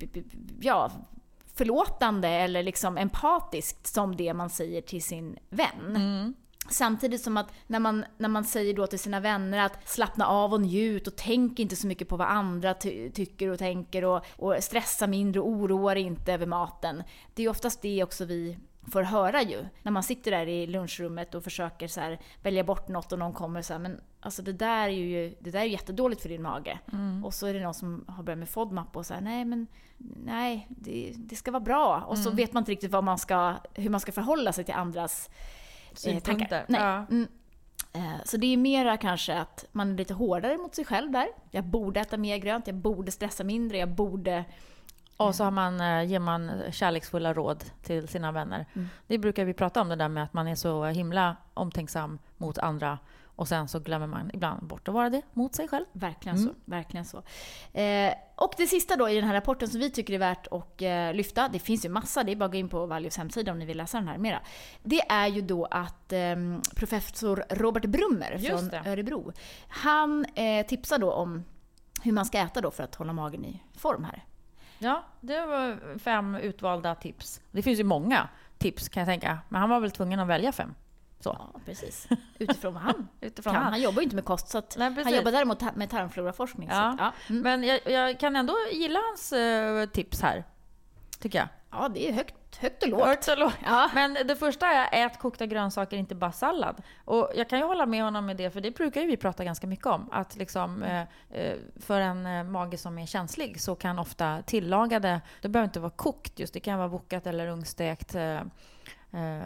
ja, förlåtande eller liksom empatiskt som det man säger till sin vän. Mm. Samtidigt som att när man, när man säger då till sina vänner att slappna av och njut och tänk inte så mycket på vad andra ty- tycker och tänker och, och stressa mindre och oroa dig inte över maten. Det är oftast det också vi får höra ju. När man sitter där i lunchrummet och försöker så här välja bort något och någon kommer så här, men alltså det där är ju det där är jättedåligt för din mage. Mm. Och så är det någon som har börjat med FODMAP och så här, nej men nej, det, det ska vara bra. Och mm. så vet man inte riktigt vad man ska, hur man ska förhålla sig till andras synpunkter. Eh, tankar. Nej. Ja. Mm. Så det är mera kanske att man är lite hårdare mot sig själv där. Jag borde äta mer grönt, jag borde stressa mindre, jag borde... Och så har man, ger man kärleksfulla råd till sina vänner. Mm. Det brukar vi prata om, det där med att man är så himla omtänksam mot andra. Och sen så glömmer man ibland bort att vara det mot sig själv. Verkligen mm. så. Verkligen så. Eh, och det sista då i den här rapporten som vi tycker är värt att eh, lyfta. Det finns ju massa, det är bara att gå in på Valios hemsida om ni vill läsa den här mera. Det är ju då att eh, professor Robert Brummer från Örebro. Han eh, tipsar då om hur man ska äta då för att hålla magen i form här. Ja, det var fem utvalda tips. Det finns ju många tips kan jag tänka. Men han var väl tvungen att välja fem. Så. Ja, precis. Utifrån vad han Utifrån kan. Han. han jobbar ju inte med kost, så att Nej, han jobbar däremot med tarmfloraforskning. Ja. Så att, ja. Mm. Men jag, jag kan ändå gilla hans uh, tips här, tycker jag. Ja, det är högt, högt och lågt. Högt och lågt. Ja. Men det första är ät kokta grönsaker, inte bara sallad. Och jag kan ju hålla med honom med det, för det brukar ju vi prata ganska mycket om. Att liksom, eh, för en eh, mage som är känslig så kan ofta tillagade, det behöver inte vara kokt just, det kan vara vokat eller ungstekt eh, eh,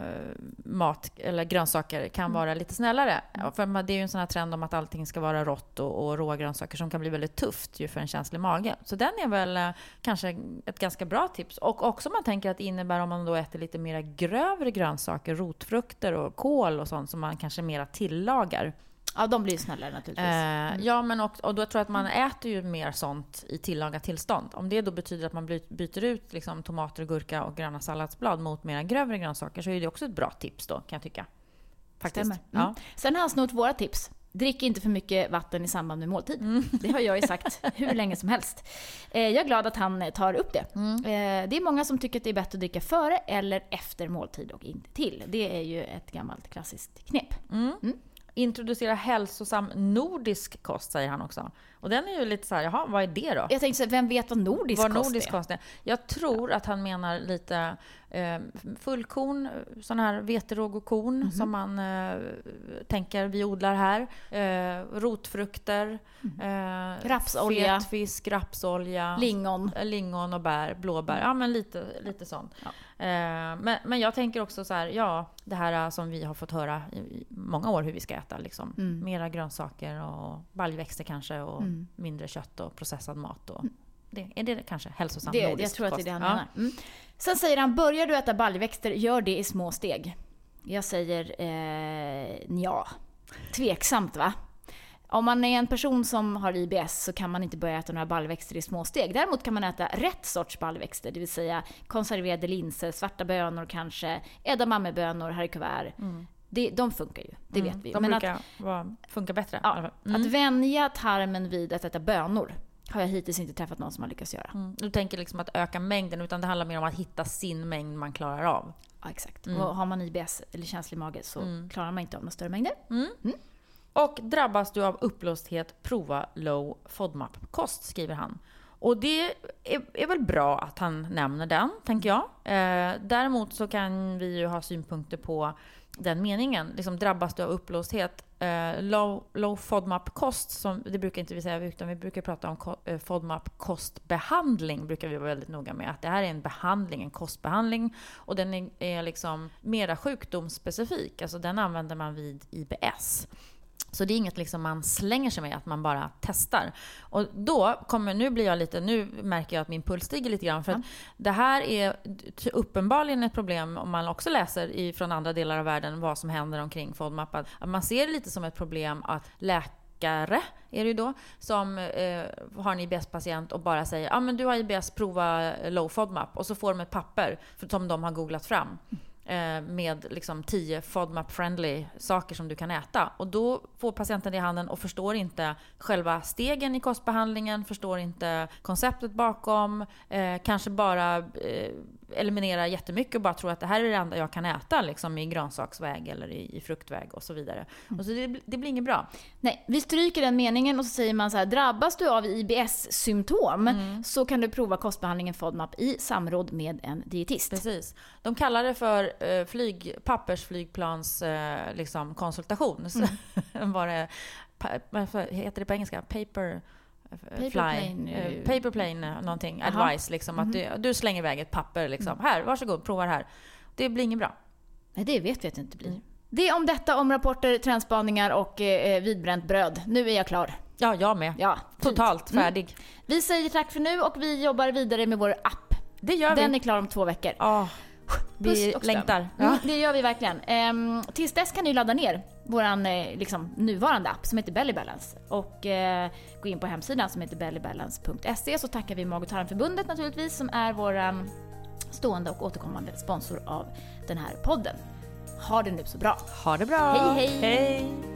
mat eller grönsaker kan mm. vara lite snällare. Mm. För det är ju en sån här trend om att allting ska vara rått och, och råa grönsaker som kan bli väldigt tufft ju för en känslig mage. Så den är väl eh, kanske ett ganska bra tips. Och också man tänker att det innebär om man då äter lite mer grövre grönsaker, rotfrukter och kål och sånt som man kanske mera tillagar. Ja, de blir snällare naturligtvis. Mm. Eh, ja, men också, och då tror jag att man äter ju mer sånt i tillagat tillstånd. Om det då betyder att man byter ut liksom, tomater, gurka och gröna salladsblad mot mer grövre grönsaker, så är det också ett bra tips då, kan jag tycka. Faktiskt. Mm. Ja. Sen har han snott våra tips. Drick inte för mycket vatten i samband med måltid. Mm. Det har jag ju sagt hur länge som helst. Eh, jag är glad att han tar upp det. Mm. Eh, det är många som tycker att det är bättre att dricka före eller efter måltid och inte till. Det är ju ett gammalt klassiskt knep. Mm. Mm. Introducera hälsosam nordisk kost, säger han också. Och den är ju lite så här, jaha, vad är det då? Jag tänkte så, vem vet vad nordisk, vad kost, nordisk är? kost är? Jag tror att han menar lite eh, fullkorn, sån här veteråg och korn mm-hmm. som man eh, tänker vi odlar här. Eh, rotfrukter, mm. eh, rapsolja, fetfisk, rapsolja, lingon, lingon och bär, blåbär. Ja, men lite, lite sånt. Ja. Eh, men, men jag tänker också så här, ja, det här som vi har fått höra i, i många år hur vi ska äta. Liksom. Mm. Mera grönsaker och baljväxter kanske och mm. mindre kött och processad mat. Och, mm. det, är det kanske hälsosam det, nordisk Jag tror kost? att det är det han menar. Mm. Sen säger han, börjar du äta baljväxter, gör det i små steg. Jag säger eh, ja. Tveksamt, va? Om man är en person som har I B S så kan man inte börja äta några baljväxter i små steg. Däremot kan man äta rätt sorts baljväxter, det vill säga konserverade linser, svarta bönor kanske, edamamebönor, haricots. Mm. Det, de funkar ju, det mm, vet vi. De Men brukar att, vara, funka bättre. Ja, mm. Att vänja tarmen vid att äta bönor har jag hittills inte träffat någon som har lyckats göra. Mm. Du tänker liksom att öka mängden, utan det handlar mer om att hitta sin mängd man klarar av. Ja, exakt. Mm. Och har man I B S eller känslig mage så mm. klarar man inte av några större mängder. Mm. Mm. Och drabbas du av upplösthet, prova low FODMAP-kost, skriver han. Och det är, är väl bra att han nämner den, tänker jag. Eh, däremot så kan vi ju ha synpunkter på den meningen. Liksom, drabbas du av upplösthet, eh, low, low FODMAP-kost, som det brukar inte vi säga, utan vi brukar prata om ko- eh, FODMAP-kostbehandling, brukar vi vara väldigt noga med. Att det här är en behandling, en kostbehandling. Och den är, är liksom mera sjukdomsspecifik. Alltså den använder man vid I B S. Så det är inget liksom man slänger sig med, att man bara testar. Och då kommer, nu blir jag lite, nu märker jag att min puls stiger lite grann. För att det här är uppenbarligen ett problem om man också läser från andra delar av världen vad som händer omkring FODMAP. Att man ser det lite som ett problem att läkare är det ju då, som eh, har en I B S-patient och bara säger ja ah, men du har I B S, prova low FODMAP. Och så får de ett papper som de har googlat fram. Med liksom tio FODMAP-friendly saker som du kan äta. Och då får patienten det i handen och förstår inte själva stegen i kostbehandlingen, förstår inte konceptet bakom, eh, kanske bara eh, eliminera jättemycket och bara tror att det här är det enda jag kan äta liksom, i grönsaksväg eller i, i fruktväg och så vidare. Mm. Och så det, det blir inget bra. Nej, vi stryker den meningen och så säger man så här: drabbas du av I B S-symptom mm. så kan du prova kostbehandlingen FODMAP i samråd med en dietist. Precis. De kallar det för eh, flyg, pappersflygplans eh, liksom, konsultation. Mm. Var det, pa, vad heter det på engelska? Paper... Paper fly, plane, uh, paper plane någonting, Aha. advice liksom, att mm-hmm. du, du slänger iväg ett papper liksom. Mm. Här, varsågod, prova det här. Det blir inget bra. Nej, det vet vi att det inte blir. Mm. Det om detta, om rapporter, trendspaningar och eh, vidbränt bröd. Nu är jag klar. Ja, jag med. Ja, totalt mm. färdig. Vi säger tack för nu och vi jobbar vidare med vår app. Det gör vi. Den är klar om två veckor. Oh. Vi längtar. Ja. Mm, det gör vi verkligen. Ehm, tills dess kan ni ladda ner våran eh, liksom, nuvarande app som heter Belly Balance och eh, gå in på hemsidan som heter bellybalance punkt se, så tackar vi Mag- och tarmförbundet naturligtvis som är våran stående och återkommande sponsor av den här podden. Ha det nu så bra. Ha det bra. Hej hej. Hej.